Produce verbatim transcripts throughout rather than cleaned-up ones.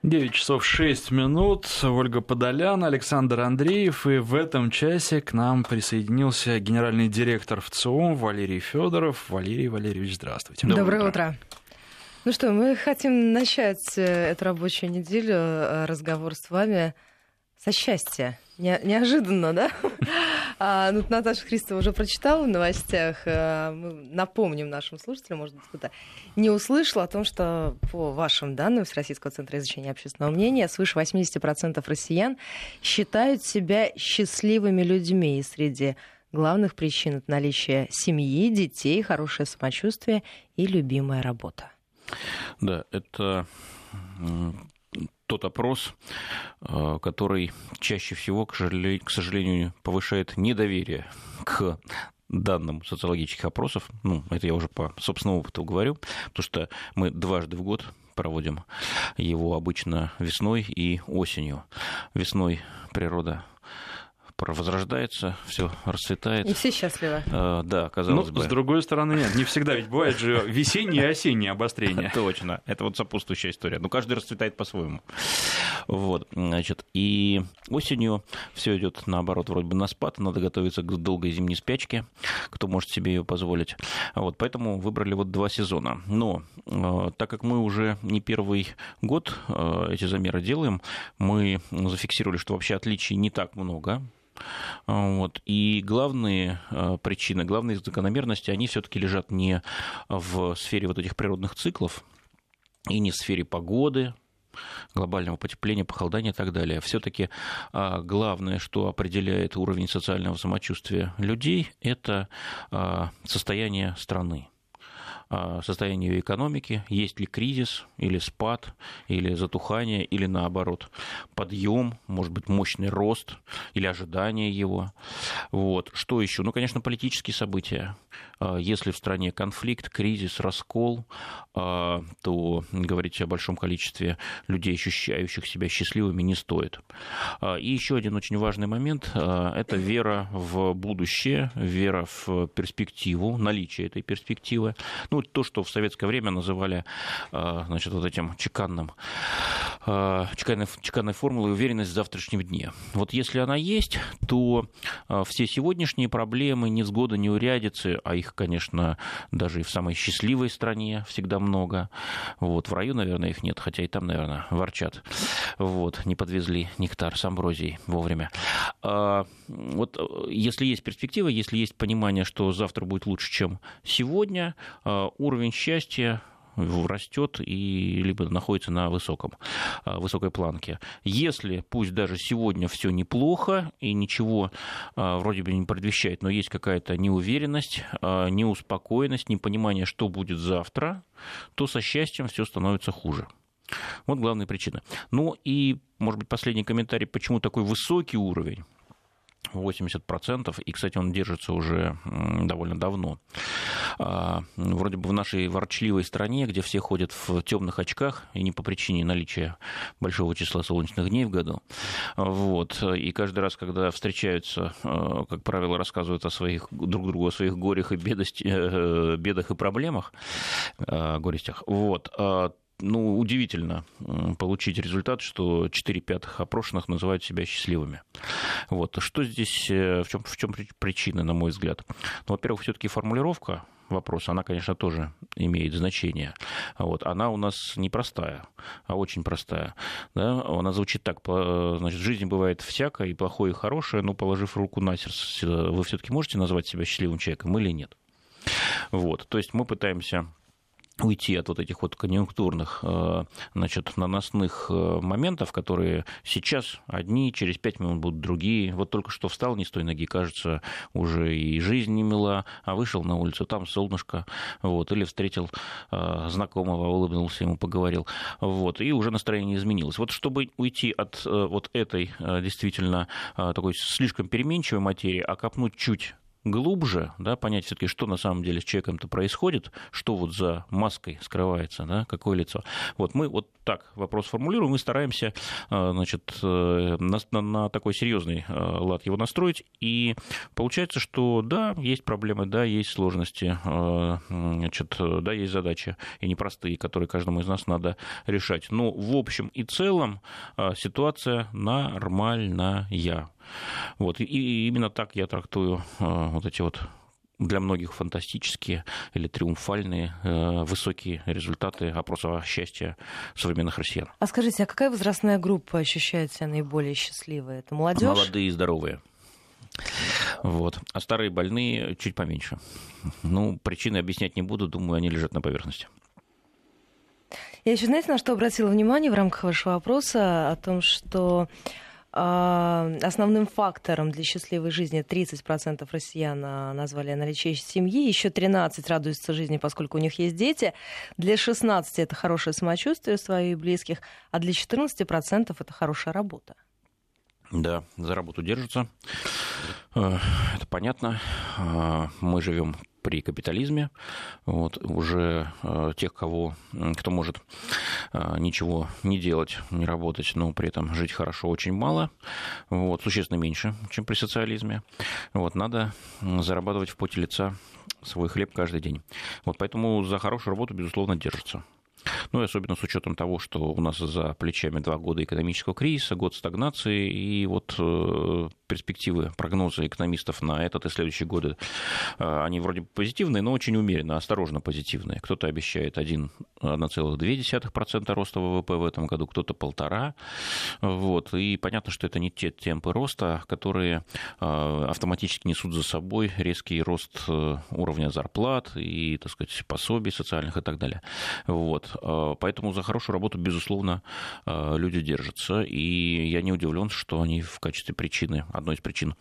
девять часов шесть минут. Ольга Подолян, Александр Андреев. И в этом часе к нам присоединился генеральный директор ВЦИОМ Валерий Федоров. Валерий Валерьевич, здравствуйте. Доброе, Доброе утро. утро. Ну что, мы хотим начать эту рабочую неделю, разговор с вами со счастья. Не, неожиданно, да? А, ну, Наташа Христова уже прочитала в новостях. Мы напомним нашим слушателям, может быть, кто-то не услышал о том, что по вашим данным Всероссийского центра изучения общественного мнения свыше восемьдесят процентов россиян считают себя счастливыми людьми. И среди главных причин это наличие семьи, детей, хорошее самочувствие и любимая работа. Да, это тот опрос, который чаще всего, к сожалению, повышает недоверие к данным социологических опросов. Ну, это я уже по собственному опыту говорю, потому что мы дважды в год проводим его обычно весной и осенью. Весной природа возрождается, все расцветает. И все счастливы. А, да, казалось ну, бы. С другой стороны, нет, не всегда, ведь бывает же весеннее и осеннее обострение. Точно, это вот сопутствующая история. Но каждый расцветает по-своему. Вот, значит, и осенью все идет наоборот, вроде бы на спад, надо готовиться к долгой зимней спячке, кто может себе ее позволить. Вот, поэтому выбрали вот два сезона. Но э, так как мы уже не первый год э, эти замеры делаем, мы зафиксировали, что вообще отличий не так много. Вот. И главные э, причины, главные закономерности, они все-таки лежат не в сфере вот этих природных циклов и не в сфере погоды, глобального потепления, похолодания и так далее. Все-таки э, главное, что определяет уровень социального самочувствия людей, это э, состояние страны, состояние ее экономики, есть ли кризис, или спад, или затухание, или наоборот подъем, может быть, мощный рост, или ожидание его. Вот. Что еще? Ну, конечно, политические события. Если в стране конфликт, кризис, раскол, то говорить о большом количестве людей, ощущающих себя счастливыми, не стоит. И еще один очень важный момент – это вера в будущее, вера в перспективу, наличие этой перспективы. Ну, то, что в советское время называли, значит, вот этим чеканным, чеканной, чеканной формулой уверенность в завтрашнем дне. Вот если она есть, то все сегодняшние проблемы, невзгоды, неурядицы, а их, конечно, даже и в самой счастливой стране всегда много. Вот, в раю, наверное, их нет, хотя и там, наверное, ворчат. Вот, не подвезли нектар с амброзией вовремя. Вот если есть перспектива, если есть понимание, что завтра будет лучше, чем сегодня, уровень счастья растет и либо находится на высоком, высокой планке. Если, пусть даже сегодня все неплохо и ничего вроде бы не предвещает, но есть какая-то неуверенность, неуспокоенность, непонимание, что будет завтра, то со счастьем все становится хуже. Вот главные причины. Ну и, может быть, последний комментарий, почему такой высокий уровень, восемьдесят процентов, и, кстати, он держится уже довольно давно. Вроде бы в нашей ворчливой стране, где все ходят в темных очках, и не по причине наличия большого числа солнечных дней в году. Вот. И каждый раз, когда встречаются, как правило, рассказывают о своих, друг другу о своих горях и бедах, бедах и проблемах, горестях, вот, ну, удивительно получить результат, что четыре пятых опрошенных называют себя счастливыми. Вот. Что здесь, в чем, в чем причина, на мой взгляд? Ну, во-первых, все-таки формулировка вопроса, она, конечно, тоже имеет значение. Вот. Она у нас не простая, а очень простая. Да? Она звучит так, значит, в жизни бывает всякое, и плохое, и хорошее, но, положив руку на сердце, вы все-таки можете назвать себя счастливым человеком или нет? Вот. То есть мы пытаемся уйти от вот этих вот конъюнктурных, значит, наносных моментов, которые сейчас одни, через пять минут будут другие. Вот только что встал не с той ноги, кажется, уже и жизнь не мила, а вышел на улицу, там солнышко, вот, или встретил знакомого, улыбнулся ему, поговорил, вот, и уже настроение изменилось. Вот чтобы уйти от вот этой действительно такой слишком переменчивой материи, а копнуть чуть глубже, да, понять все-таки, что на самом деле с человеком-то происходит, что вот за маской скрывается, да, какое лицо. Вот мы вот так вопрос формулируем, мы стараемся, значит, на, на, на такой серьезный лад его настроить, и получается, что да, есть проблемы, да, есть сложности, значит, да, есть задачи, и непростые, которые каждому из нас надо решать. Но в общем и целом ситуация нормальная. Вот, и именно так я трактую вот эти вот для многих фантастические или триумфальные высокие результаты опроса счастья современных россиян. А скажите, а какая возрастная группа ощущает себя наиболее счастливой? Это молодежь? Молодые и здоровые. Вот. А старые больные чуть поменьше. Ну, причины объяснять не буду, думаю, они лежат на поверхности. Я еще, знаете, на что обратила внимание в рамках вашего вопроса? О том, что основным фактором для счастливой жизни тридцать процентов россиян назвали наличие семьи, еще тринадцать процентов радуются жизни, поскольку у них есть дети, для шестнадцати процентов это хорошее самочувствие своих близких, а для четырнадцати процентов это хорошая работа. Да, за работу держатся. Это понятно. Мы живем при капитализме. Вот, уже тех, кого, кто может ничего не делать, не работать, но при этом жить хорошо, очень мало. Вот, существенно меньше, чем при социализме. Вот, надо зарабатывать в поте лица свой хлеб каждый день. Вот, поэтому за хорошую работу, безусловно, держатся. Ну и особенно с учетом того, что у нас за плечами два года экономического кризиса, год стагнации, и вот э, перспективы, прогнозы экономистов на этот и следующие годы, э, они вроде позитивные, но очень умеренно, осторожно позитивные. Кто-то обещает один целых две десятых процента роста ВВП в этом году, кто-то полтора. Вот. И понятно, что это не те темпы роста, которые э, автоматически несут за собой резкий рост э, уровня зарплат и, так сказать, пособий социальных и так далее. Вот. Поэтому за хорошую работу, безусловно, люди держатся. И я не удивлен, что они в качестве причины, одной из причин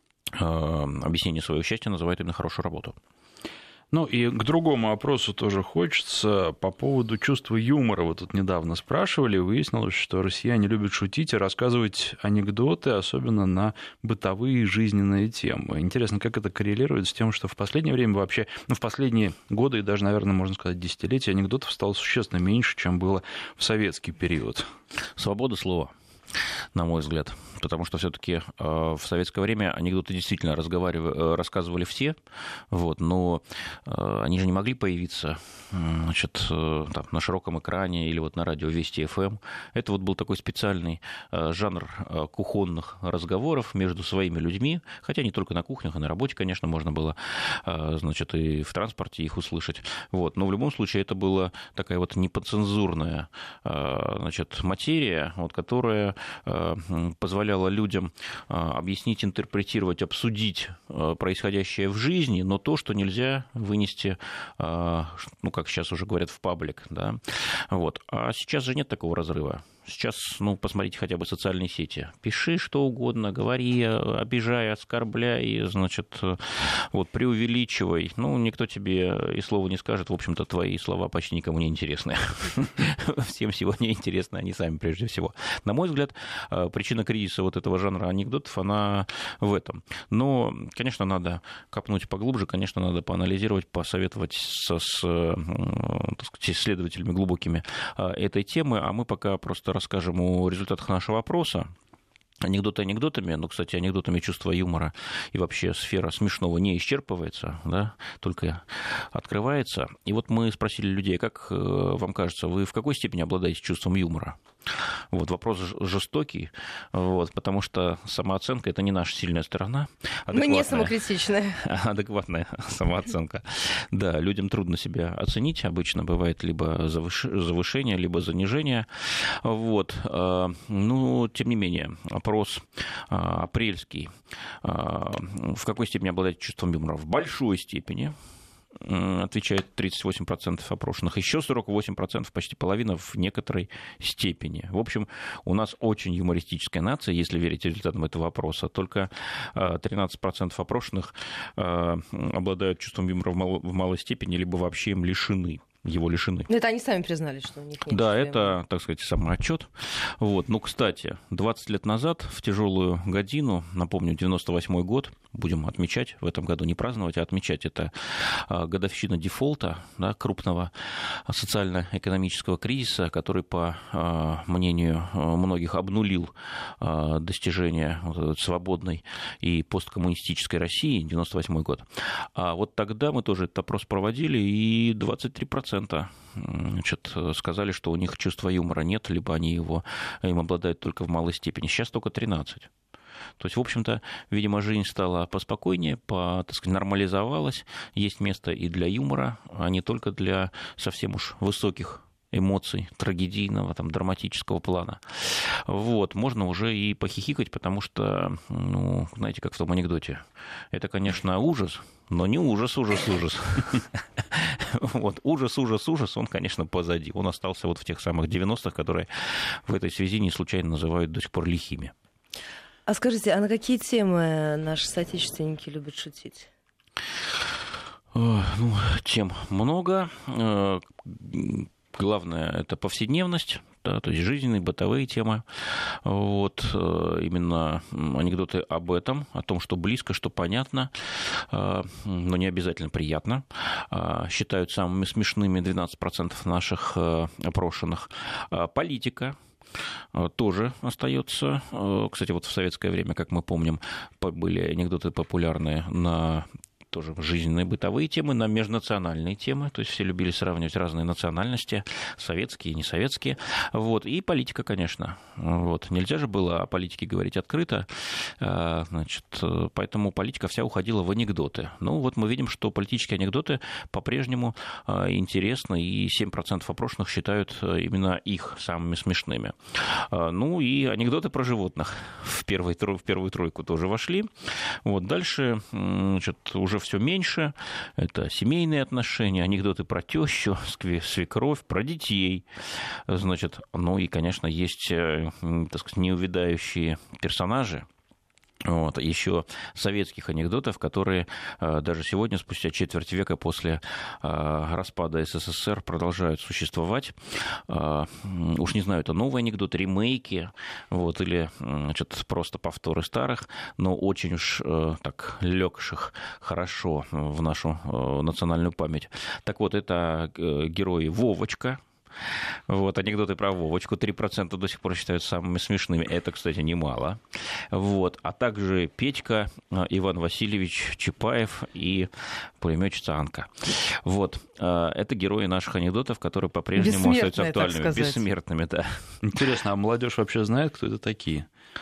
объяснения своего счастья называют именно хорошую работу. Ну и к другому вопросу тоже хочется. По поводу чувства юмора. Вы тут недавно спрашивали, выяснилось, что россияне любят шутить и рассказывать анекдоты, особенно на бытовые жизненные темы. Интересно, как это коррелирует с тем, что в последнее время вообще, ну, в последние годы и даже, наверное, можно сказать, десятилетия, анекдотов стало существенно меньше, чем было в советский период. Свобода слова, на мой взгляд. Потому что все-таки в советское время анекдоты действительно рассказывали все, вот, но они же не могли появиться, значит, там, на широком экране или вот на радио Вести эф эм. Это вот был такой специальный жанр кухонных разговоров между своими людьми, хотя не только на кухнях, и на работе, конечно, можно было, значит, и в транспорте их услышать. Вот. Но в любом случае это была такая вот неподцензурная, значит, материя, вот, которая позволяла людям объяснить, интерпретировать, обсудить происходящее в жизни, но то, что нельзя вынести, ну, как сейчас уже говорят, в паблик. Да? Вот. А сейчас же нет такого разрыва. Сейчас, ну, посмотрите хотя бы социальные сети. Пиши что угодно, говори, обижай, оскорбляй, значит, вот, преувеличивай. Ну, никто тебе и слова не скажет. В общем-то, твои слова почти никому не интересны. Всем сегодня интересны они сами, прежде всего. На мой взгляд, причина кризиса вот этого жанра анекдотов, она в этом. Но, конечно, надо копнуть поглубже, конечно, надо поанализировать, посоветовать со, с, так сказать, исследователями глубокими этой темы, а мы пока просто расскажем о результатах нашего опроса. Анекдоты анекдотами, но, кстати, анекдотами чувство юмора и вообще сфера смешного не исчерпывается, да, только открывается. И вот мы спросили людей, как вам кажется, вы в какой степени обладаете чувством юмора? Вот, вопрос жестокий, вот, потому что самооценка – это не наша сильная сторона. Мы не самокритичны. Адекватная самооценка. Да, людям трудно себя оценить. Обычно бывает либо завышение, либо занижение. Вот. Ну, тем не менее, опрос апрельский. В какой степени обладаете чувством юмора? В большой степени. Отвечает тридцать восемь процентов опрошенных, еще сорок восемь процентов, почти половина в некоторой степени. В общем, у нас очень юмористическая нация, если верить результатам этого опроса. Только тринадцать процентов опрошенных обладают чувством юмора в малой степени, либо вообще им лишены. его лишены. Но это они сами признали, что у них нет. Да, это, так сказать, самоотчет. Вот. Ну, кстати, двадцать лет назад, в тяжелую годину, напомню, девяносто восьмой год, будем отмечать, в этом году не праздновать, а отмечать, это годовщина дефолта, да, крупного социально-экономического кризиса, который, по мнению многих, обнулил достижения свободной и посткоммунистической России, девяносто восьмой год. А вот тогда мы тоже этот опрос проводили, и двадцать три процента значит, сказали, что у них чувства юмора нет, либо они его, им обладают только в малой степени. Сейчас только тринадцать процентов. То есть, в общем-то, видимо, жизнь стала поспокойнее, по, так сказать, нормализовалась. Есть место и для юмора, а не только для совсем уж высоких эмоций, трагедийного, там, драматического плана. Вот, можно уже и похихикать, потому что, ну, знаете, как в том анекдоте, это, конечно, ужас, но не ужас, ужас, ужас. Вот, ужас, ужас, ужас, он, конечно, позади. Он остался вот в тех самых девяностых, которые в этой связи не случайно называют до сих пор лихими. А скажите, а на какие темы наши соотечественники любят шутить? Ну, тем много. Главное, это повседневность, да, то есть жизненные, бытовые темы. Вот, именно анекдоты об этом, о том, что близко, что понятно, но не обязательно приятно. Считают самыми смешными двенадцать процентов наших опрошенных. Политика тоже остается. Кстати, вот в советское время, как мы помним, были анекдоты популярные на тоже жизненные бытовые темы, на межнациональные темы, то есть все любили сравнивать разные национальности, советские, несоветские, вот, и политика, конечно, вот, нельзя же было о политике говорить открыто, значит, поэтому политика вся уходила в анекдоты. Ну, вот мы видим, что политические анекдоты по-прежнему интересны, и семь процентов опрошенных считают именно их самыми смешными. Ну, и анекдоты про животных в, первый, в первую тройку тоже вошли, вот, дальше, значит, уже все меньше, это семейные отношения, анекдоты про тещу, свекровь, про детей, значит, ну и, конечно, есть, так сказать, неувядающие персонажи. Вот, еще советских анекдотов, которые даже сегодня, спустя четверть века после распада СССР, продолжают существовать. Уж не знаю, это новые анекдоты, ремейки, вот, или, значит, просто повторы старых, но очень уж так легших хорошо в нашу национальную память. Так вот, это герои Вовочка. Вот, анекдоты про Вовочку три процента до сих пор считают самыми смешными. Это, кстати, немало. Вот. А также Петька, Иван Васильевич Чапаев и пулеметчица Анка. Вот. Это герои наших анекдотов, которые по-прежнему остаются актуальными. Бессмертными, да. Интересно, а молодежь вообще знает, кто это такие?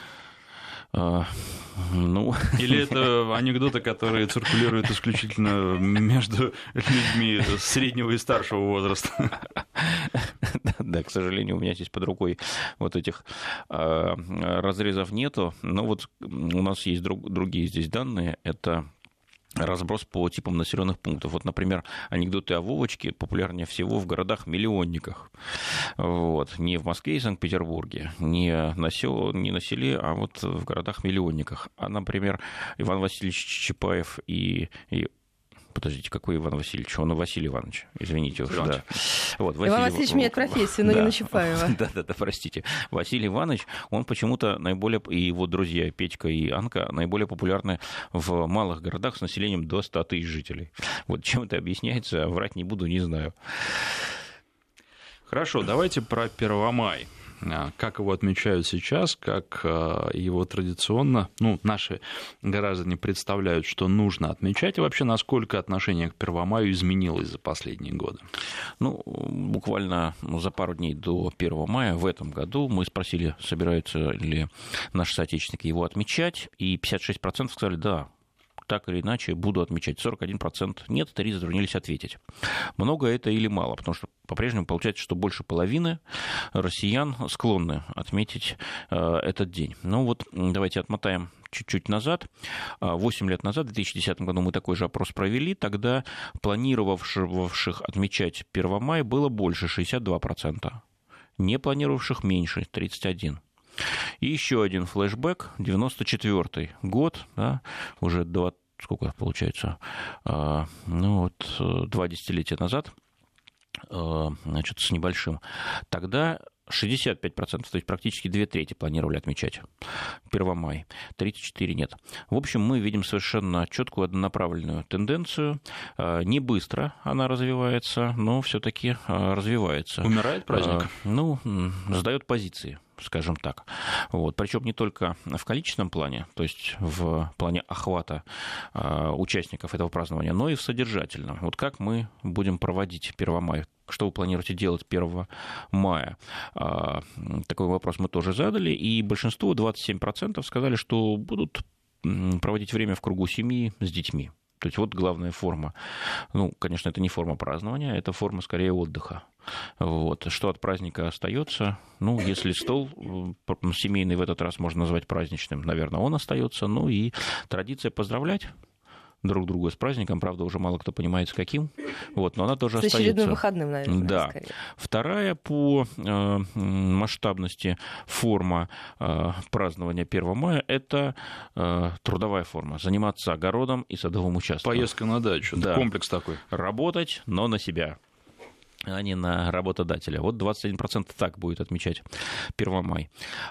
Ну... Или это анекдоты, которые циркулируют исключительно между людьми среднего и старшего возраста? Да, к сожалению, у меня здесь под рукой вот этих разрезов нету. Но вот у нас есть другие здесь данные. Это разброс по типам населенных пунктов. Вот, например, анекдоты о Вовочке популярнее всего в городах-миллионниках. Вот. Не в Москве и Санкт-Петербурге, не на, сел, не на селе, а вот в городах-миллионниках. А, например, Иван Васильевич Чапаев и... и Подождите, какой Иван Васильевич? Он Василий Иванович, извините уж. Да. Вот, Василий... Иван Васильевич меняет профессию, но да. Не на Чапаева. Да-да-да, простите. Василий Иванович, он почему-то наиболее, и его друзья Петька и Анка, наиболее популярны в малых городах с населением до ста тысяч жителей. Вот чем это объясняется, врать не буду, не знаю. Хорошо, давайте про Первомай. Как его отмечают сейчас, как его традиционно, ну, наши граждане представляют, что нужно отмечать, и вообще, насколько отношение к Первомаю изменилось за последние годы? Ну, буквально за пару дней до первого мая в этом году мы спросили, собираются ли наши соотечественники его отмечать, и пятьдесят шесть процентов сказали «да». Так или иначе, буду отмечать. сорок один процент нет, три затруднились ответить. Много это или мало? Потому что по-прежнему получается, что больше половины россиян склонны отметить э, этот день. Ну вот, давайте отмотаем чуть-чуть назад. Восемь лет назад, в две тысячи десятом году, мы такой же опрос провели. Тогда планировавших отмечать первого мая было больше, шестьдесят два процента. Не планировавших меньше, тридцать один процент. И еще один флешбэк, девяносто четвёртый год, да, уже два, сколько получается, а, ну вот, два десятилетия назад. значит, с небольшим, тогда шестьдесят пять процентов, то есть практически две трети планировали отмечать Первомай, тридцать четыре процента нет. В общем, мы видим совершенно четкую однонаправленную тенденцию. Не быстро она развивается, но все-таки развивается. Умирает праздник? Ну, сдает позиции, скажем так. Вот. Причем не только в количественном плане, то есть в плане охвата э, участников этого празднования, но и в содержательном. Вот как мы будем проводить Первомай? Что вы планируете делать первого мая? Э, такой вопрос мы тоже задали, и большинство, двадцать семь процентов, сказали, что будут проводить время в кругу семьи с детьми. То есть вот главная форма. Ну, конечно, это не форма празднования, это форма скорее отдыха. Вот. Что от праздника остается? Ну, если стол семейный в этот раз можно назвать праздничным, наверное, он остается. Ну и традиция поздравлять друг друга с праздником, правда, уже мало кто понимает, с каким, вот, но она тоже с остается. С очередным выходным, наверное. Да. Скорее. Вторая по э, масштабности форма э, празднования первого мая – это э, трудовая форма. Заниматься огородом и садовым участком. Поездка на дачу, да. Комплекс такой. Работать, но на себя, а не на работодателя. Вот двадцать один процент так будет отмечать Первомай.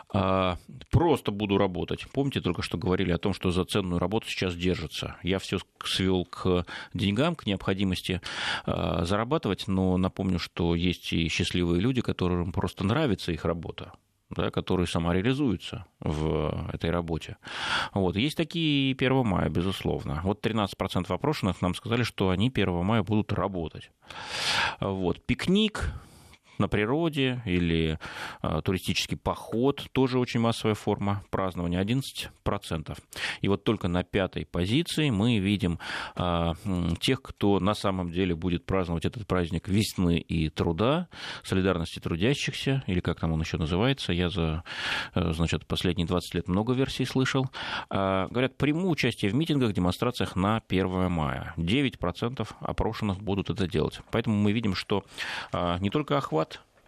А, просто буду работать. Помните, только что говорили о том, что за ценную работу сейчас держится. Я все свел к деньгам, к необходимости а, зарабатывать, но напомню, что есть и счастливые люди, которым просто нравится их работа, да, которые самореализуются в этой работе. Вот. Есть такие и первого мая, безусловно. Вот тринадцать процентов опрошенных нам сказали, что они первого мая будут работать. Вот. Пикник на природе или а, туристический поход, тоже очень массовая форма празднования, одиннадцать процентов. И вот только на пятой позиции мы видим а, тех, кто на самом деле будет праздновать этот праздник весны и труда, солидарности трудящихся, или как там он еще называется, я за, значит, последние двадцать лет много версий слышал. А, говорят, приму участие в митингах, демонстрациях на первое мая. девять процентов опрошенных будут это делать. Поэтому мы видим, что а, не только охват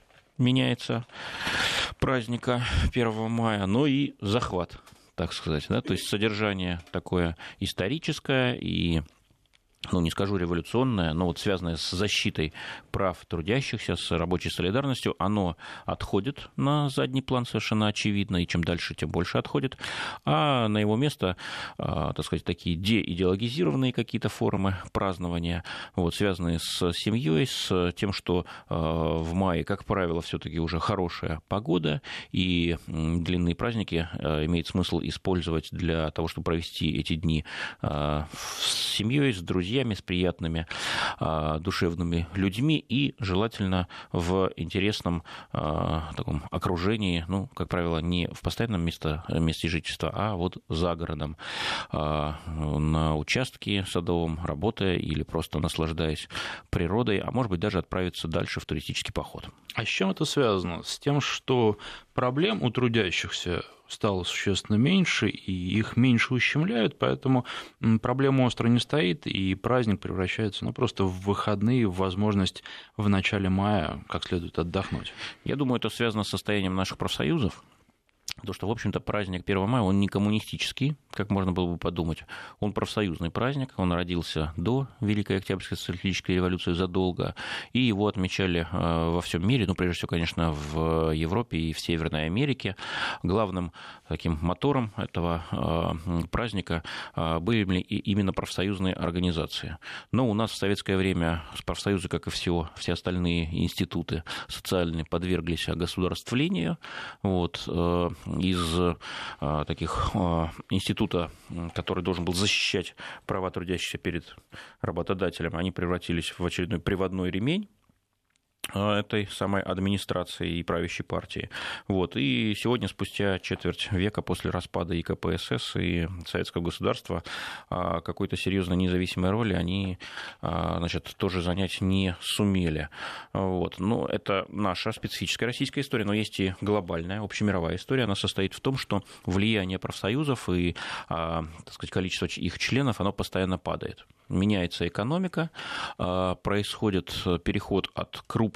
меняется праздника первого мая, но и захват, так сказать. Да? То есть содержание такое историческое и, ну, не скажу революционное, но вот связанное с защитой прав трудящихся, с рабочей солидарностью, оно отходит на задний план совершенно очевидно, и чем дальше, тем больше отходит. А на его место, так сказать, такие деидеологизированные какие-то формы празднования, вот, связанные с семьей, с тем, что в мае, как правило, все-таки уже хорошая погода, и длинные праздники имеет смысл использовать для того, чтобы провести эти дни с семьей, с друзьями, с приятными а, душевными людьми и желательно в интересном а, таком окружении, ну, как правило, не в постоянном месте, месте жительства, а вот за городом, а, на участке садовом, работая или просто наслаждаясь природой, а может быть даже отправиться дальше в туристический поход. А с чем это связано? С тем, что проблем у трудящихся стало существенно меньше, и их меньше ущемляют, поэтому проблема остро не стоит, и праздник превращается, ну, просто в выходные, в возможность в начале мая как следует отдохнуть. Я думаю, это связано с состоянием наших профсоюзов. Потому что, в общем-то, праздник первого мая, он не коммунистический, как можно было бы подумать. Он профсоюзный праздник, он родился до Великой Октябрьской социалистической революции задолго, и его отмечали во всем мире, ну, прежде всего, конечно, в Европе и в Северной Америке. Главным таким мотором этого праздника были именно профсоюзные организации. Но у нас в советское время профсоюзы, как и все, все остальные институты социальные, подверглись огосударствлению. Вот, из а, таких а, института, который должен был защищать права трудящихся перед работодателем, они превратились в очередной приводной ремень этой самой администрации и правящей партии. Вот. И сегодня, спустя четверть века после распада и ка пэ эс эс, и советского государства, какой-то серьезной независимой роли они, значит, тоже занять не сумели. Вот. Но это наша специфическая российская история, но есть и глобальная, общемировая история. Она состоит в том, что влияние профсоюзов и, так сказать, количество их членов, оно постоянно падает. Меняется экономика, происходит переход от крупных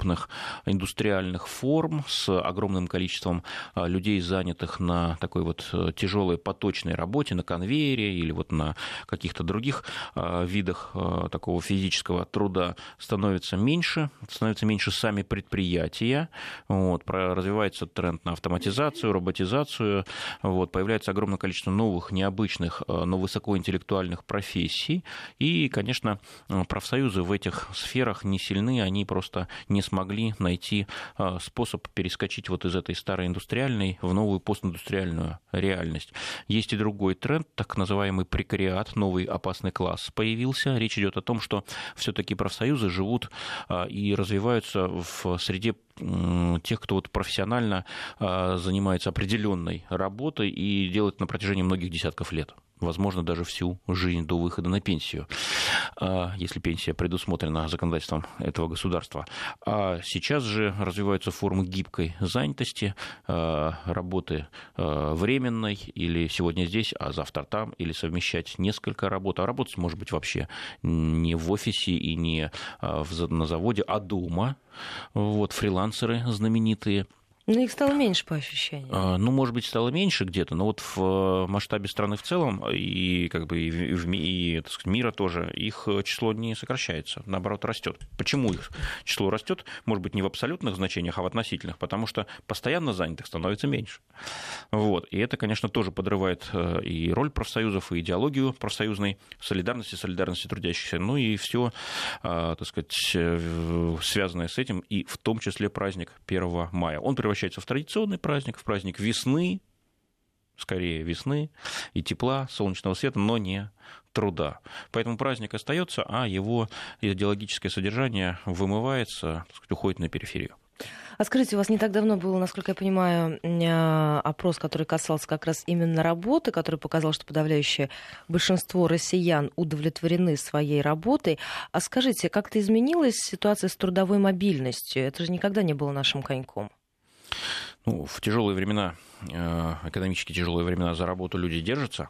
крупных индустриальных форм с огромным количеством людей, занятых на такой вот тяжелой поточной работе, на конвейере или вот на каких-то других видах такого физического труда, становится меньше, становится меньше сами предприятия, вот, развивается тренд на автоматизацию, роботизацию, вот, появляется огромное количество новых, необычных, но высокоинтеллектуальных профессий, и, конечно, профсоюзы в этих сферах не сильны, они просто не смогли найти способ перескочить вот из этой старой индустриальной в новую постиндустриальную реальность. Есть и другой тренд, так называемый прекариат, новый опасный класс появился. Речь идет о том, что все-таки профсоюзы живут и развиваются в среде тех, кто вот профессионально занимается определенной работой и делает на протяжении многих десятков лет. Возможно, даже всю жизнь до выхода на пенсию, если пенсия предусмотрена законодательством этого государства. А сейчас же развиваются формы гибкой занятости, работы временной, или сегодня здесь, а завтра там, или совмещать несколько работ. А работать может быть вообще не в офисе и не на заводе, а дома. Вот, фрилансеры знаменитые. Но их стало меньше по ощущениям. Ну, может быть, стало меньше где-то, но вот в масштабе страны в целом и, как бы, и, в, и так сказать, мира тоже их число не сокращается, наоборот, растет. Почему их число растет? Может быть, не в абсолютных значениях, а в относительных, потому что постоянно занятых становится меньше. Вот. И это, конечно, тоже подрывает и роль профсоюзов, и идеологию профсоюзной солидарности, солидарности трудящихся, ну и все, так сказать, связанное с этим, и в том числе праздник первого мая. Он превращается в традиционный праздник, в праздник весны, скорее весны и тепла, солнечного света, но не труда. Поэтому праздник остается, а его идеологическое содержание вымывается, так сказать, уходит на периферию. А скажите, у вас не так давно был, насколько я понимаю, опрос, который касался как раз именно работы, который показал, что подавляющее большинство россиян удовлетворены своей работой. А скажите, как-то изменилась ситуация с трудовой мобильностью? Это же никогда не было нашим коньком. Ну, в тяжелые времена, экономически тяжелые времена, за работу люди держатся.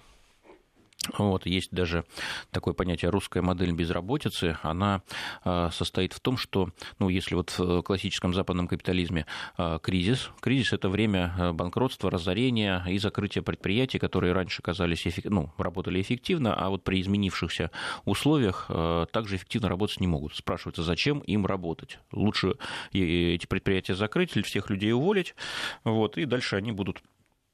Вот, есть даже такое понятие «русская модель безработицы». Она состоит в том, что, ну, если вот в классическом западном капитализме кризис, кризис – это время банкротства, разорения и закрытия предприятий, которые раньше казались, ну, работали эффективно, а вот при изменившихся условиях также эффективно работать не могут. Спрашивается, зачем им работать? Лучше эти предприятия закрыть или всех людей уволить, вот, и дальше они будут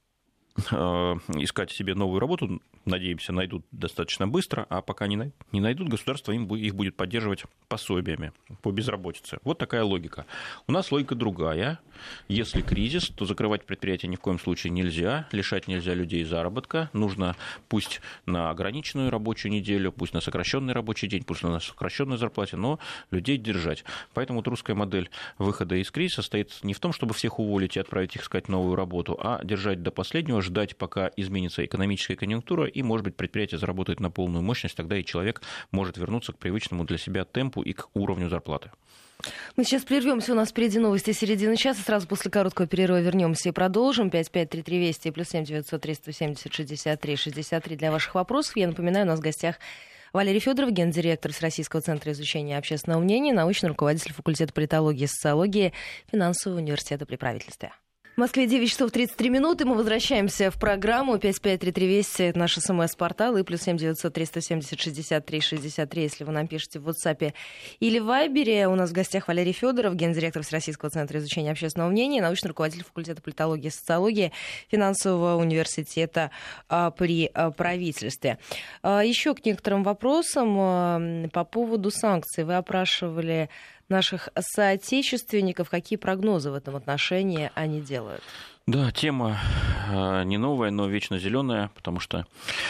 искать себе новую работу, надеемся, найдут достаточно быстро, а пока не найдут, государство им, их будет поддерживать пособиями по безработице. Вот такая логика. У нас логика другая. Если кризис, то закрывать предприятия ни в коем случае нельзя, лишать нельзя людей заработка. Нужно пусть на ограниченную рабочую неделю, пусть на сокращенный рабочий день, пусть на сокращенной зарплате, но людей держать. Поэтому вот русская модель выхода из кризиса состоит не в том, чтобы всех уволить и отправить их искать новую работу, а держать до последнего, ждать, пока изменится экономическая конъюнктура, и, может быть, предприятие заработает на полную мощность, тогда и человек может вернуться к привычному для себя темпу и к уровню зарплаты. Мы сейчас прервемся, у нас впереди новости середины часа, сразу после короткого перерыва вернемся и продолжим. пять пять три три Вести плюс семь девятьсот триста семьдесят шестьдесят три шестьдесят три для ваших вопросов. Я напоминаю, у нас в гостях Валерий Федоров, гендиректор Всероссийского центра изучения общественного мнения, научный руководитель факультета политологии и социологии Финансового университета при правительстве. В Москве девять часов тридцать три минуты. Мы возвращаемся в программу пять пять три три Вести. Это наш СМС-портал. И плюс семь девятьсот триста семьдесят шестьдесят три шестьдесят три, если вы нам пишете в WhatsApp или Вайбере. У нас в гостях Валерий Федоров, гендиректор Всероссийского центра изучения общественного мнения, научный руководитель факультета политологии и социологии Финансового университета при правительстве. Еще к некоторым вопросам по поводу санкций. Вы опрашивали наших соотечественников. Какие прогнозы в этом отношении они делают? Да, тема не новая, но вечно зеленая, потому что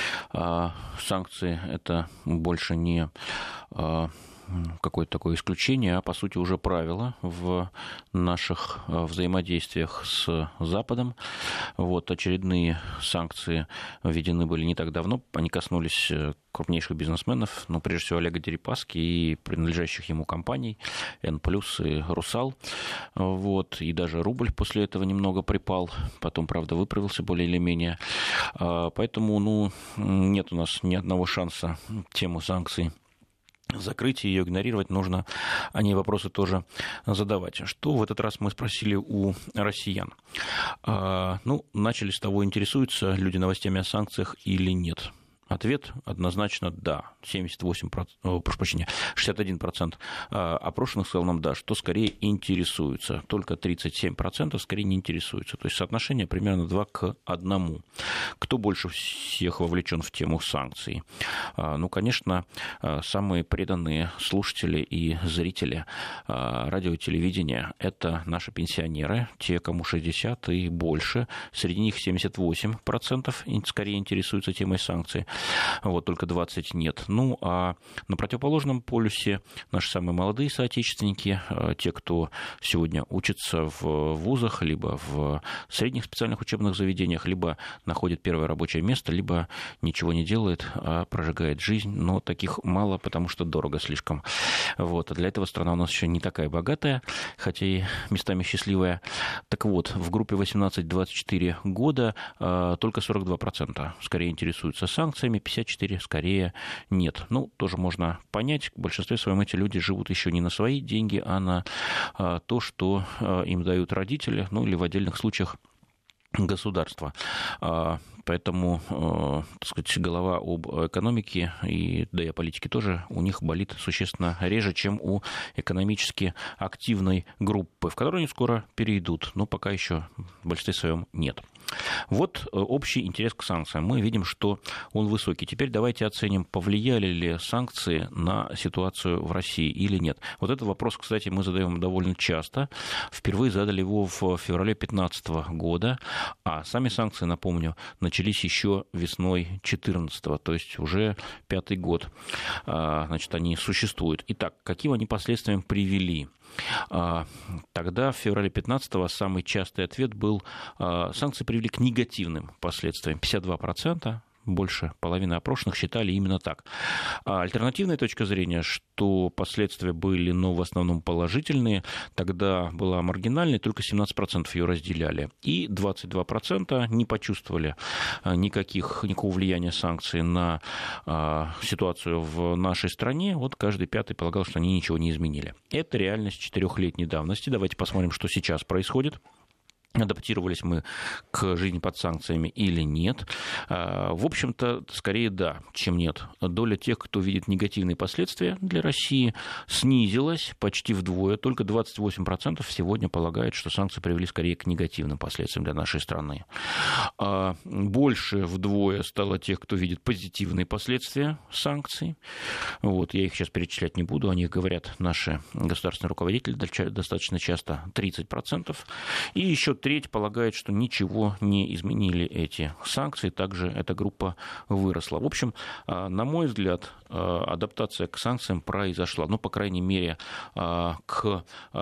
санкции это больше не какое-то такое исключение, а по сути уже правило в наших взаимодействиях с Западом. Вот, очередные санкции введены были не так давно, они коснулись крупнейших бизнесменов, ну, прежде всего Олега Дерипаски и принадлежащих ему компаний Н плюс и Русал. Вот, и даже рубль после этого немного припал, потом, правда, выправился более или менее. Поэтому, ну, нет у нас ни одного шанса тему санкций закрыть ее, игнорировать, нужно о ней вопросы тоже задавать. Что в этот раз мы спросили у россиян? А, ну, начали с того, интересуются люди новостями о санкциях или нет. Ответ однозначно «да». семьдесят восемь процентов, о, прошу прощения, шестьдесят один процент опрошенных сказал нам «да», что скорее интересуются. Только тридцать семь процентов скорее не интересуются. То есть соотношение примерно два к одному. Кто больше всех вовлечен в тему санкций? Ну, конечно, самые преданные слушатели и зрители радио и телевидения – это наши пенсионеры, те, кому шестьдесят и больше. Среди них семьдесят восемь процентов скорее интересуются темой санкций. Вот, только двадцать нет. Ну, а на противоположном полюсе наши самые молодые соотечественники, те, кто сегодня учится в вузах, либо в средних специальных учебных заведениях, либо находит первое рабочее место, либо ничего не делает, а прожигает жизнь. Но таких мало, потому что дорого слишком. Вот. А для этого страна у нас еще не такая богатая, хотя и местами счастливая. Так вот, в группе восемнадцать двадцать четыре года только сорок два процента скорее интересуются санкциями, пятьдесят четыре процента скорее нет. Ну, тоже можно понять, в большинстве своем эти люди живут еще не на свои деньги, а на а, то, что а, им дают родители, ну или в отдельных случаях государство. А, поэтому, а, так сказать, голова об экономике и, да и о политике тоже у них болит существенно реже, чем у экономически активной группы, в которую они скоро перейдут, но пока еще в большинстве своем нет. Вот общий интерес к санкциям. Мы видим, что он высокий. Теперь давайте оценим, повлияли ли санкции на ситуацию в России или нет. Вот этот вопрос, кстати, мы задаем довольно часто. Впервые задали его в феврале две тысячи пятнадцатого года, а сами санкции, напомню, начались еще весной две тысячи четырнадцатого, то есть уже пятый год. Значит, они существуют. Итак, каким они последствиям привели? Тогда, в феврале две тысячи пятнадцатого, самый частый ответ был: санкции привели к негативным последствиям. пятьдесят два процента, больше половины опрошенных считали именно так. А альтернативная точка зрения, что последствия были, но в основном положительные, тогда была маргинальной, только семнадцать процентов ее разделяли. И двадцать два процента не почувствовали никаких, никакого влияния санкций на а, ситуацию в нашей стране. Вот каждый пятый полагал, что они ничего не изменили. Это реальность четырехлетней давности. Давайте посмотрим, что сейчас происходит. Адаптировались мы к жизни под санкциями или нет? В общем-то, скорее да, чем нет. Доля тех, кто видит негативные последствия для России, снизилась почти вдвое. Только двадцать восемь процентов сегодня полагают, что санкции привели скорее к негативным последствиям для нашей страны. Больше вдвое стало тех, кто видит позитивные последствия санкций. Вот, я их сейчас перечислять не буду, о них говорят наши государственные руководители достаточно часто, тридцать процентов. И еще треть полагает, что ничего не изменили эти санкции, также эта группа выросла. В общем, на мой взгляд, адаптация к санкциям произошла, ну, по крайней мере, к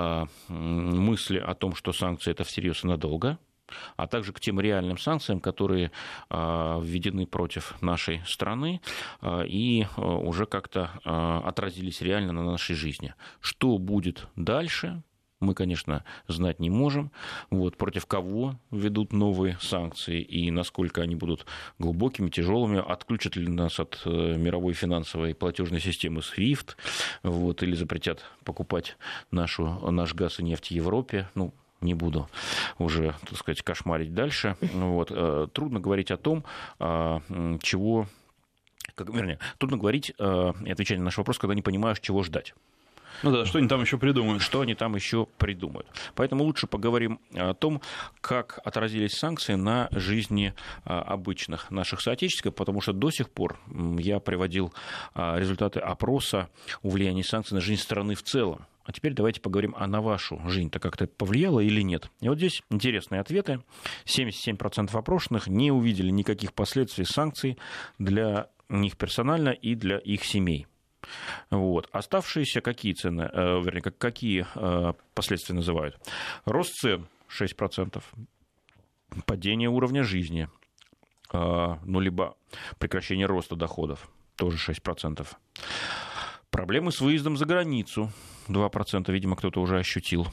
мысли о том, что санкции это всерьез и надолго, а также к тем реальным санкциям, которые введены против нашей страны и уже как-то отразились реально на нашей жизни. Что будет дальше? Мы, конечно, знать не можем, вот, против кого ведут новые санкции и насколько они будут глубокими, тяжелыми, отключат ли нас от мировой финансовой платежной системы свифт, вот, или запретят покупать нашу, наш газ и нефть в Европе. Ну, не буду уже, так сказать, кошмарить дальше. Вот. Трудно говорить о том, чего... Как, вернее, трудно говорить и отвечать на наш вопрос, когда не понимаешь, чего ждать. Ну да, что они там еще придумают? Что они там еще придумают. Поэтому лучше поговорим о том, как отразились санкции на жизни обычных наших соотечественников, потому что до сих пор я приводил результаты опроса о влиянии санкций на жизнь страны в целом. А теперь давайте поговорим, а на вашу жизнь-то как-то повлияло или нет. И вот здесь интересные ответы. семьдесят семь процентов опрошенных не увидели никаких последствий санкций для них персонально и для их семей. Вот. Оставшиеся какие цены, э, вернее, какие э, последствия называют? Рост цен шесть процентов, падение уровня жизни, э, ну, либо прекращение роста доходов, тоже шесть процентов. Проблемы с выездом за границу, два процента, видимо, кто-то уже ощутил.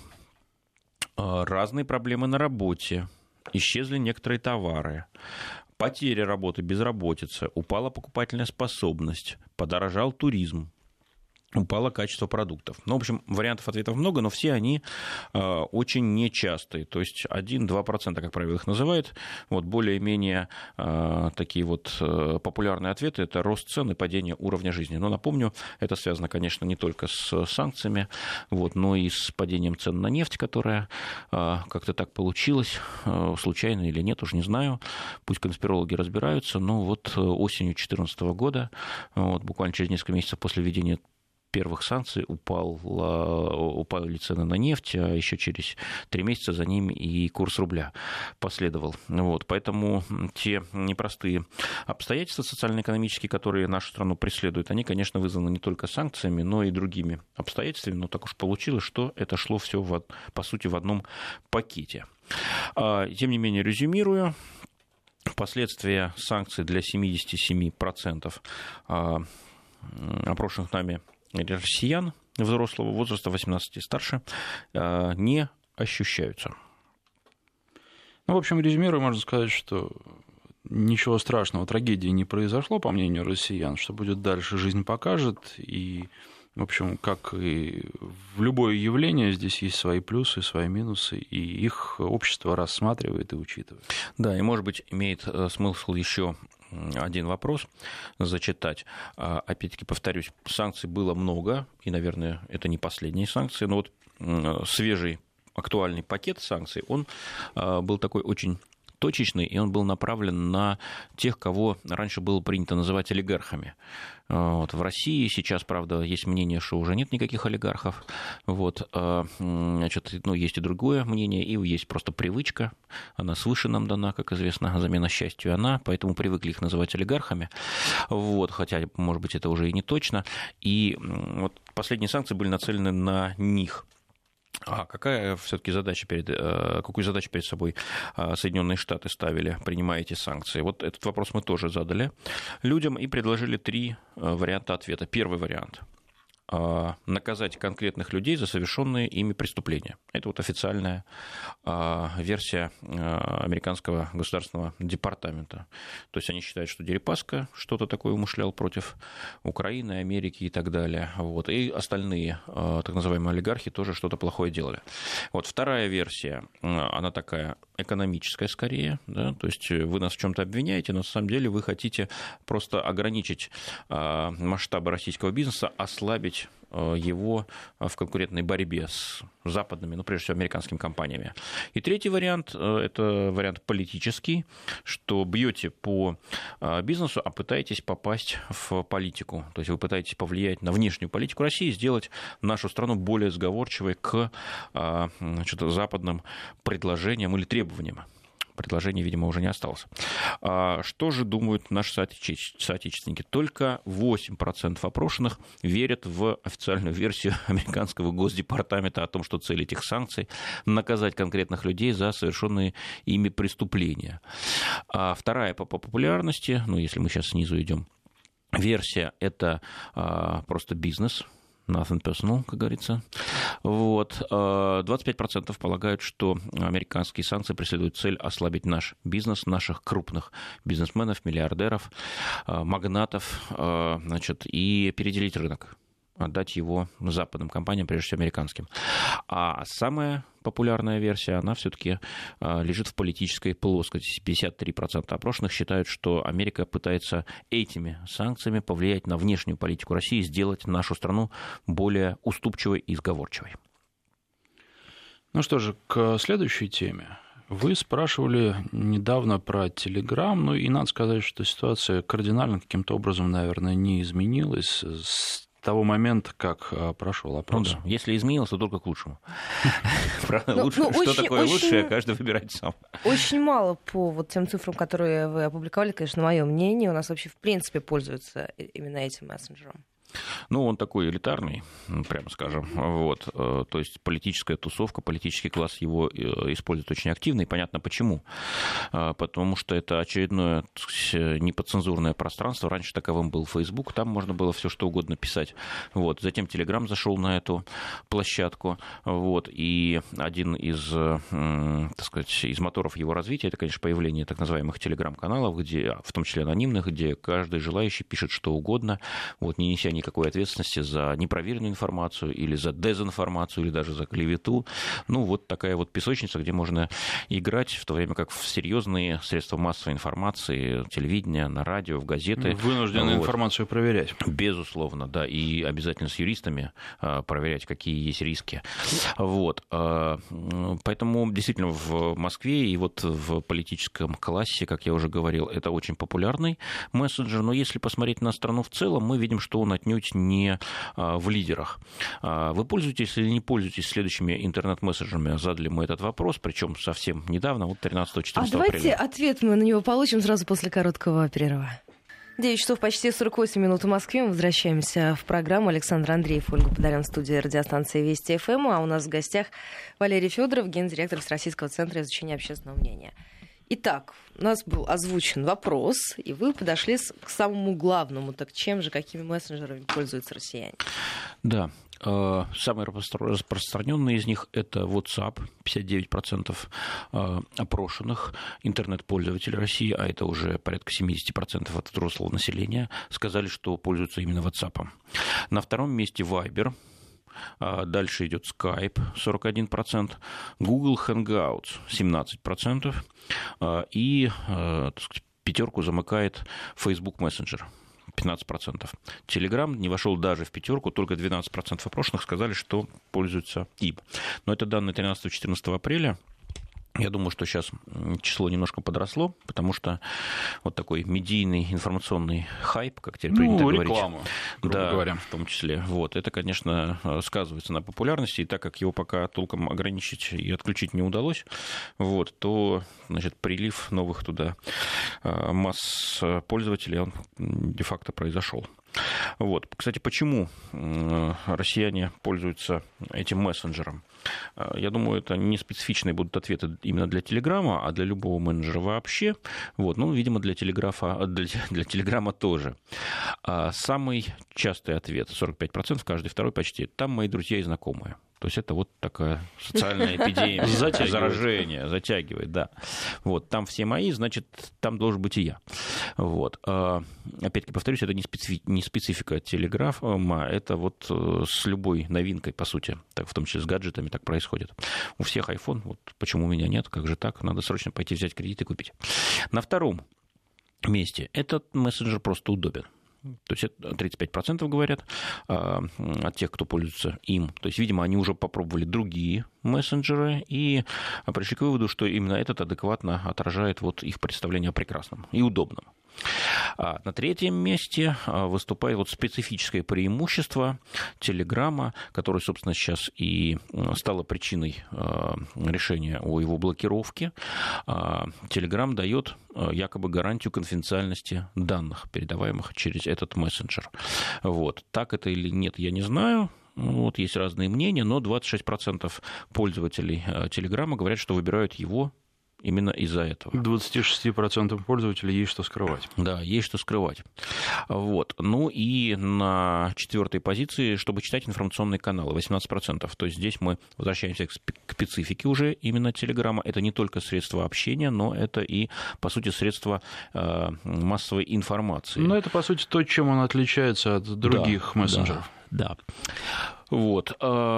Э, разные проблемы на работе, исчезли некоторые товары. Потеря работы, безработица, упала покупательная способность, подорожал туризм. упало качество продуктов. Ну, в общем, вариантов ответов много, но все они э, очень нечастые. То есть один-два процента, как правило, их называют. Вот более-менее э, такие вот э, популярные ответы – это рост цен и падение уровня жизни. Но напомню, это связано, конечно, не только с санкциями, вот, но и с падением цен на нефть, которая э, как-то так получилась, э, случайно или нет, уж не знаю. Пусть конспирологи разбираются, но вот осенью две тысячи четырнадцатого года, вот, буквально через несколько месяцев после введения первых санкций упал, упали цены на нефть, а еще через три месяца за ними и курс рубля последовал. Вот, поэтому те непростые обстоятельства социально-экономические, которые нашу страну преследуют, они, конечно, вызваны не только санкциями, но и другими обстоятельствами. Но так уж получилось, что это шло все, в, по сути, в одном пакете. Тем не менее, резюмирую. Последствия санкций для семьдесят семь процентов опрошенных нами россиян взрослого возраста восемнадцати и старше не ощущаются. Ну, в общем, резюмируя, можно сказать, что ничего страшного, трагедии не произошло, по мнению россиян. Что будет дальше, жизнь покажет. И, в общем, как и в любое явление, здесь есть свои плюсы, свои минусы, и их общество рассматривает и учитывает. Да, и, может быть, имеет смысл еще один вопрос зачитать. Опять-таки, повторюсь, санкций было много, и, наверное, это не последние санкции, но вот свежий актуальный пакет санкций, он был такой очень точечный, и он был направлен на тех, кого раньше было принято называть олигархами. Вот. В России сейчас, правда, есть мнение, что уже нет никаких олигархов. Вот. Значит, ну, есть и другое мнение, и есть просто привычка. Она свыше нам дана, как известно, замена счастью она, поэтому привыкли их называть олигархами. Вот. Хотя, может быть, это уже и не точно. И вот последние санкции были нацелены на них. А какая все-таки задача перед, какую задачу перед собой Соединенные Штаты ставили, принимая эти санкции? Вот этот вопрос мы тоже задали людям и предложили три варианта ответа. Первый вариант – наказать конкретных людей за совершенные ими преступления. Это вот официальная версия американского государственного департамента. То есть они считают, что Дерипаска что-то такое умышлял против Украины, Америки и так далее. Вот. И остальные так называемые олигархи тоже что-то плохое делали. Вот вторая версия, она такая экономическая скорее. Да? То есть вы нас в чем-то обвиняете, но на самом деле вы хотите просто ограничить масштабы российского бизнеса, ослабить его в конкурентной борьбе с западными, ну, прежде всего, американскими компаниями. И третий вариант – это вариант политический, что бьете по бизнесу, а пытаетесь попасть в политику. То есть вы пытаетесь повлиять на внешнюю политику России, сделать нашу страну более сговорчивой к, значит, западным предложениям или требованиям. Предложений, видимо, уже не осталось. Что же думают наши соотечественники? Только восемь процентов опрошенных верят в официальную версию американского Госдепартамента о том, что цель этих санкций – наказать конкретных людей за совершенные ими преступления. А вторая по популярности, ну, если мы сейчас снизу идем, версия – это просто бизнес. Nothing personal, как говорится. Вот. двадцать пять процентов полагают, что американские санкции преследуют цель ослабить наш бизнес, наших крупных бизнесменов, миллиардеров, магнатов, значит, и переделить рынок, отдать его западным компаниям, прежде всего американским. А самая популярная версия, она все-таки лежит в политической плоскости. пятьдесят три процента опрошенных считают, что Америка пытается этими санкциями повлиять на внешнюю политику России, сделать нашу страну более уступчивой и сговорчивой. Ну что же, к следующей теме. Вы спрашивали недавно про Telegram, ну и надо сказать, что ситуация кардинально каким-то образом, наверное, не изменилась с того момента, как прошел опрос. Ну, да. Если изменилось, то только к лучшему. Правда, лучше, что такое лучшее, каждый выбирает сам. Очень мало по вот тем цифрам, которые вы опубликовали, конечно, мое мнение, у нас вообще в принципе пользуются именно этим мессенджером. Ну, он такой элитарный, прямо скажем. Вот. То есть политическая тусовка, политический класс его использует очень активно, и понятно почему. Потому что это очередное неподцензурное пространство. Раньше таковым был Facebook, там можно было все что угодно писать. Вот. Затем Telegram зашел на эту площадку. Вот. И один из, так сказать, из моторов его развития, это, конечно, появление так называемых Telegram-каналов, где, в том числе анонимных, где каждый желающий пишет что угодно, вот, не неся никаких никакой ответственности за непроверенную информацию или за дезинформацию, или даже за клевету. Ну, вот такая вот песочница, где можно играть, в то время как в серьезные средства массовой информации, телевидение, на радио, в газеты. Вынуждены вот. информацию проверять. Безусловно, да, и обязательно с юристами проверять, какие есть риски. Вот. Поэтому действительно в Москве и вот в политическом классе, как я уже говорил, это очень популярный мессенджер, но если посмотреть на страну в целом, мы видим, что он отнюдь не в лидерах. Вы пользуетесь или не пользуетесь следующими интернет-мессенджерами? Задали мы этот вопрос, причем совсем недавно, вот тринадцатого-четырнадцатого апреля. А давайте ответ мы на него получим сразу после короткого перерыва. девять часов почти сорок восемь минут в Москве. Мы возвращаемся в программу. Александр Андреев, Ольга Подолян, студия радиостанции Вести ФМ. А у нас в гостях Валерий Федоров, гендиректор Всероссийского центра изучения общественного мнения. Итак, у нас был озвучен вопрос, и вы подошли к самому главному. Так чем же, какими мессенджерами пользуются россияне? Да. Самые распространенные из них – это WhatsApp, пятьдесят девять процентов опрошенных интернет-пользователей России, а это уже порядка семьдесят процентов от взрослого населения, сказали, что пользуются именно WhatsApp. На втором месте Viber. Дальше идет Skype, сорок один процент, Google Hangouts, семнадцать процентов, и, так сказать, пятерку замыкает Facebook Messenger, пятнадцать процентов. Telegram не вошел даже в пятерку, только двенадцать процентов опрошенных сказали, что пользуются им. Но это данные тринадцатого-четырнадцатого апреля. Я думаю, что сейчас число немножко подросло, потому что вот такой медийный информационный хайп, как теперь принято ну, говорить. Реклама, грубо да, говоря. В том числе. Вот, это, конечно, сказывается на популярности, и так как его пока толком ограничить и отключить не удалось, вот, то, значит, прилив новых туда масс пользователей, он де-факто произошел. Вот. Кстати, почему россияне пользуются этим мессенджером? Я думаю, это не специфичные будут ответы именно для Телеграма, а для любого менеджера вообще. Вот. Ну, видимо, для Телеграфа, для, для Телеграма тоже. Самый частый ответ, сорок пять процентов, каждый второй почти, там мои друзья и знакомые. То есть это вот такая социальная эпидемия, заражение, затягивает, да. Вот, там все мои, значит, там должен быть и я. Вот. Опять-таки, повторюсь, это не, специфи... не специфика Телеграфа, это вот с любой новинкой, по сути, так, в том числе с гаджетами, так происходит. У всех iPhone, вот почему у меня нет, как же так, надо срочно пойти взять кредит и купить. На втором месте этот мессенджер просто удобен. То есть это тридцать пять процентов говорят а, от тех, кто пользуется им. То есть, видимо, они уже попробовали другие мессенджеры и пришли к выводу, что именно этот адекватно отражает вот их представление о прекрасном и удобном. А на третьем месте выступает вот специфическое преимущество Телеграма, которое, собственно, сейчас и стало причиной решения о его блокировке. Телеграм дает якобы гарантию конфиденциальности данных, передаваемых через этот мессенджер. Вот. Так это или нет, я не знаю. Вот, есть разные мнения, но двадцать шесть процентов пользователей Телеграма говорят, что выбирают его именно из-за этого. двадцать шесть процентов пользователей есть что скрывать. Да, есть что скрывать. Вот. Ну и на четвертой позиции, чтобы читать информационные каналы, восемнадцать процентов. То есть здесь мы возвращаемся к специфике уже именно Телеграма. Это не только средства общения, но это и, по сути, средства э, массовой информации. Но это, по сути, то, чем он отличается от других да, мессенджеров. Да, да. Вот.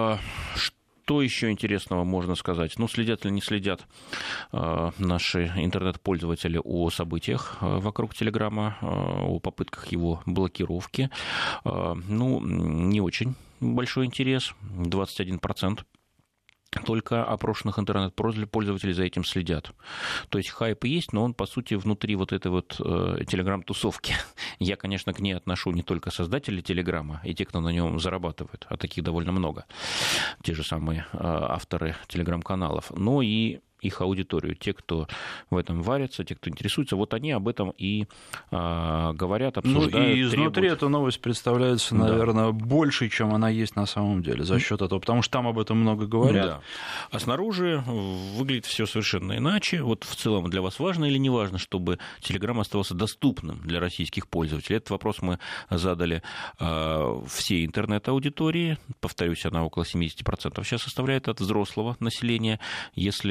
Что еще интересного можно сказать? Ну, следят или не следят э, наши интернет-пользователи о событиях э, вокруг Телеграма, э, о попытках его блокировки? Э, ну, не очень большой интерес, двадцать один процент. Только опрошенных интернет-пользователей за этим следят. То есть хайп есть, но он, по сути, внутри вот этой вот э, телеграм-тусовки. Я, конечно, к ней отношу не только создателей Телеграма и те, кто на нем зарабатывает, а таких довольно много, те же самые э, авторы телеграм-каналов, но и их аудиторию, те, кто в этом варятся, те, кто интересуется, вот они об этом и а, говорят, обсуждают. Ну и изнутри требуют. Эта новость представляется, наверное, да. больше, чем она есть на самом деле, за счет этого, потому что там об этом много говорят. Да. А снаружи выглядит все совершенно иначе. Вот в целом для вас важно или не важно, чтобы Telegram оставался доступным для российских пользователей? Этот вопрос мы задали а, всей интернет-аудитории. Повторюсь, она около семьдесят процентов сейчас составляет от взрослого населения. Если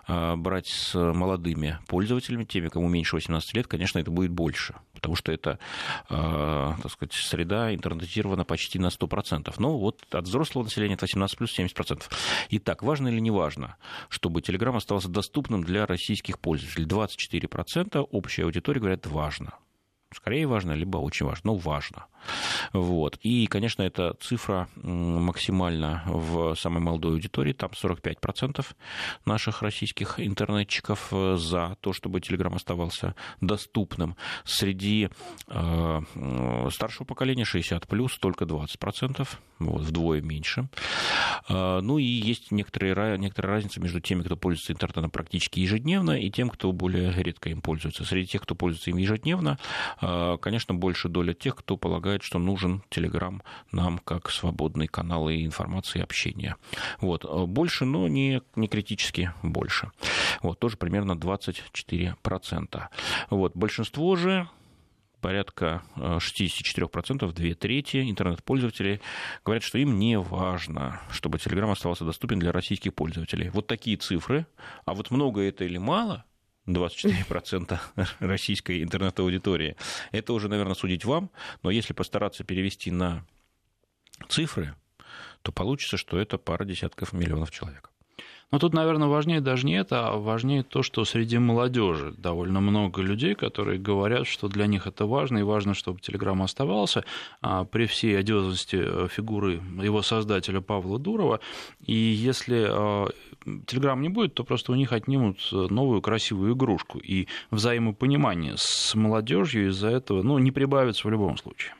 брать с молодыми пользователями, теми, кому меньше восемнадцати лет, конечно, это будет больше, потому что это, так сказать, среда интернетизирована почти на сто процентов. Но вот от взрослого населения, от восемнадцати плюс, семьдесят процентов. Итак, важно или не важно, чтобы Telegram оставался доступным для российских пользователей? двадцать четыре процента общей аудитории говорят, важно. Скорее важно, либо очень важно, но важно. Вот. И, конечно, эта цифра максимальна в самой молодой аудитории, там сорок пять процентов наших российских интернетчиков за то, чтобы Telegram оставался доступным. Среди э, старшего поколения шестьдесят плюс только двадцать процентов, вот, вдвое меньше. Э, ну и есть некоторые, некоторая разница между теми, кто пользуется интернетом практически ежедневно, и тем, кто более редко им пользуется. Среди тех, кто пользуется им ежедневно, конечно, больше доля тех, кто полагает, что нужен Telegram нам как свободный канал и информации, и общения. Вот. Больше, но не, не критически больше. Вот. Тоже примерно двадцать четыре процента. Вот. Большинство же, порядка шестьдесят четыре процента, две трети интернет-пользователей говорят, что им не важно, чтобы Telegram оставался доступен для российских пользователей. Вот такие цифры. А вот много это или мало? двадцать четыре процента российской интернет-аудитории. Это уже, наверное, судить вам, но если постараться перевести на цифры, то получится, что это пара десятков миллионов человек. Но тут, наверное, важнее даже не это, а важнее то, что среди молодежи довольно много людей, которые говорят, что для них это важно, и важно, чтобы Telegram оставался при всей одиозности фигуры его создателя Павла Дурова. И если Telegram не будет, то просто у них отнимут новую красивую игрушку. И взаимопонимание с молодежью из-за этого, ну, не прибавится в любом случае.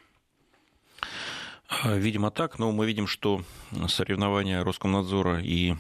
Видимо, так, но мы видим, что соревнования Роскомнадзора и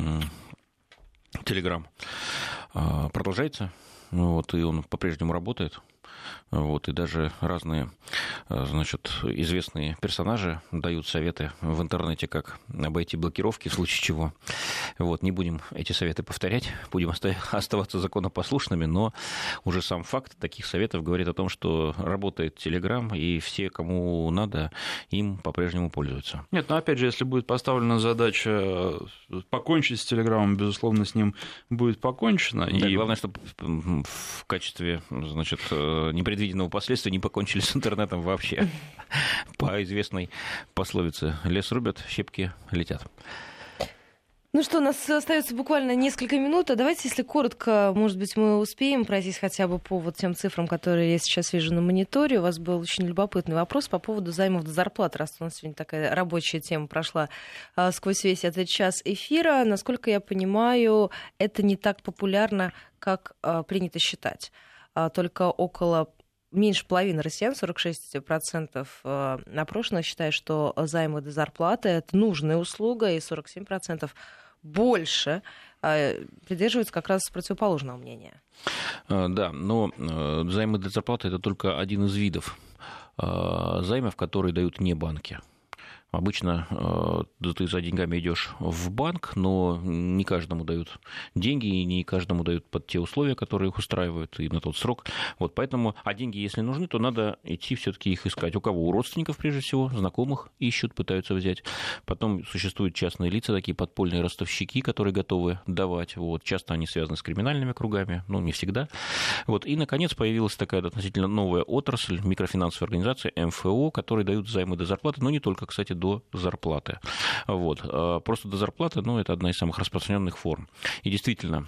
Telegram продолжается, вот, и он по-прежнему работает. Вот, и даже разные, значит, известные персонажи дают советы в интернете, как обойти блокировки, в случае чего. Вот, не будем эти советы повторять, будем оставаться законопослушными, но уже сам факт таких советов говорит о том, что работает Telegram, и все, кому надо, им по-прежнему пользуются. Нет, но опять же, если будет поставлена задача покончить с Telegram, безусловно, с ним будет покончено. Да, и... главное, чтобы в качестве, значит, непредвиденного последствия не покончили с интернетом вообще. По известной пословице: лес рубят, щепки летят. Ну что, у нас остается буквально несколько минут, а давайте, если коротко, может быть, мы успеем пройтись хотя бы по вот тем цифрам, которые я сейчас вижу на мониторе. У вас был очень любопытный вопрос по поводу займов до зарплаты, раз у нас сегодня такая рабочая тема прошла а, сквозь весь этот час эфира. Насколько я понимаю, это не так популярно, как а, принято считать. А, только около меньше половины россиян, сорок шесть процентов опрошенных, считают, что займы до зарплаты — это нужная услуга, и сорок семь процентов больше придерживаются как раз противоположного мнения. Да, но займы до зарплаты — это только один из видов займов, которые дают не банки. Обычно э, ты за деньгами идешь в банк, но не каждому дают деньги, и не каждому дают под те условия, которые их устраивают, и на тот срок. Вот поэтому, а деньги, если нужны, то надо идти все-таки их искать. У кого? У родственников, прежде всего, знакомых ищут, пытаются взять. Потом существуют частные лица, такие подпольные ростовщики, которые готовы давать. Вот. Часто они связаны с криминальными кругами, ну, не всегда. Вот. И, наконец, появилась такая относительно новая отрасль, микрофинансовая организация эм эф о, которые дают займы до зарплаты, но не только, кстати, до зарплаты. Вот. Просто до зарплаты, ну, это одна из самых распространенных форм. И действительно,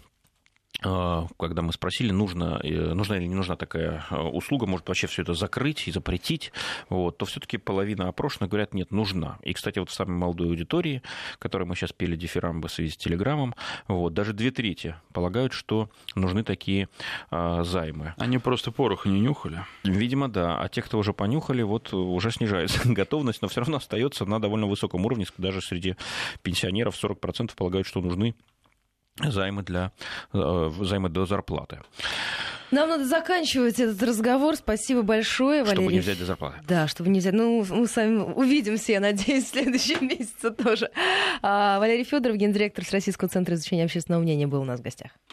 когда мы спросили, нужна, нужна или не нужна такая услуга, может вообще все это закрыть и запретить, вот, то все-таки половина опрошенных говорят, нет, нужна. И, кстати, вот в самой молодой аудитории, которой мы сейчас пели дифирамбы в связи с Телеграмом, вот, даже две трети полагают, что нужны такие а, займы. Они просто пороха не нюхали? Видимо, да. А те, кто уже понюхали, вот уже снижается готовность, но все равно остается на довольно высоком уровне. Даже среди пенсионеров сорок процентов полагают, что нужны займы, для, займы до зарплаты. Нам надо заканчивать этот разговор. Спасибо большое, Валерий. Чтобы не взять до зарплаты. Да, чтобы не взять. Ну, мы с вами увидимся, я надеюсь, в следующем месяце тоже. А, Валерий Федоров, гендиректор Российского центра изучения общественного мнения, был у нас в гостях.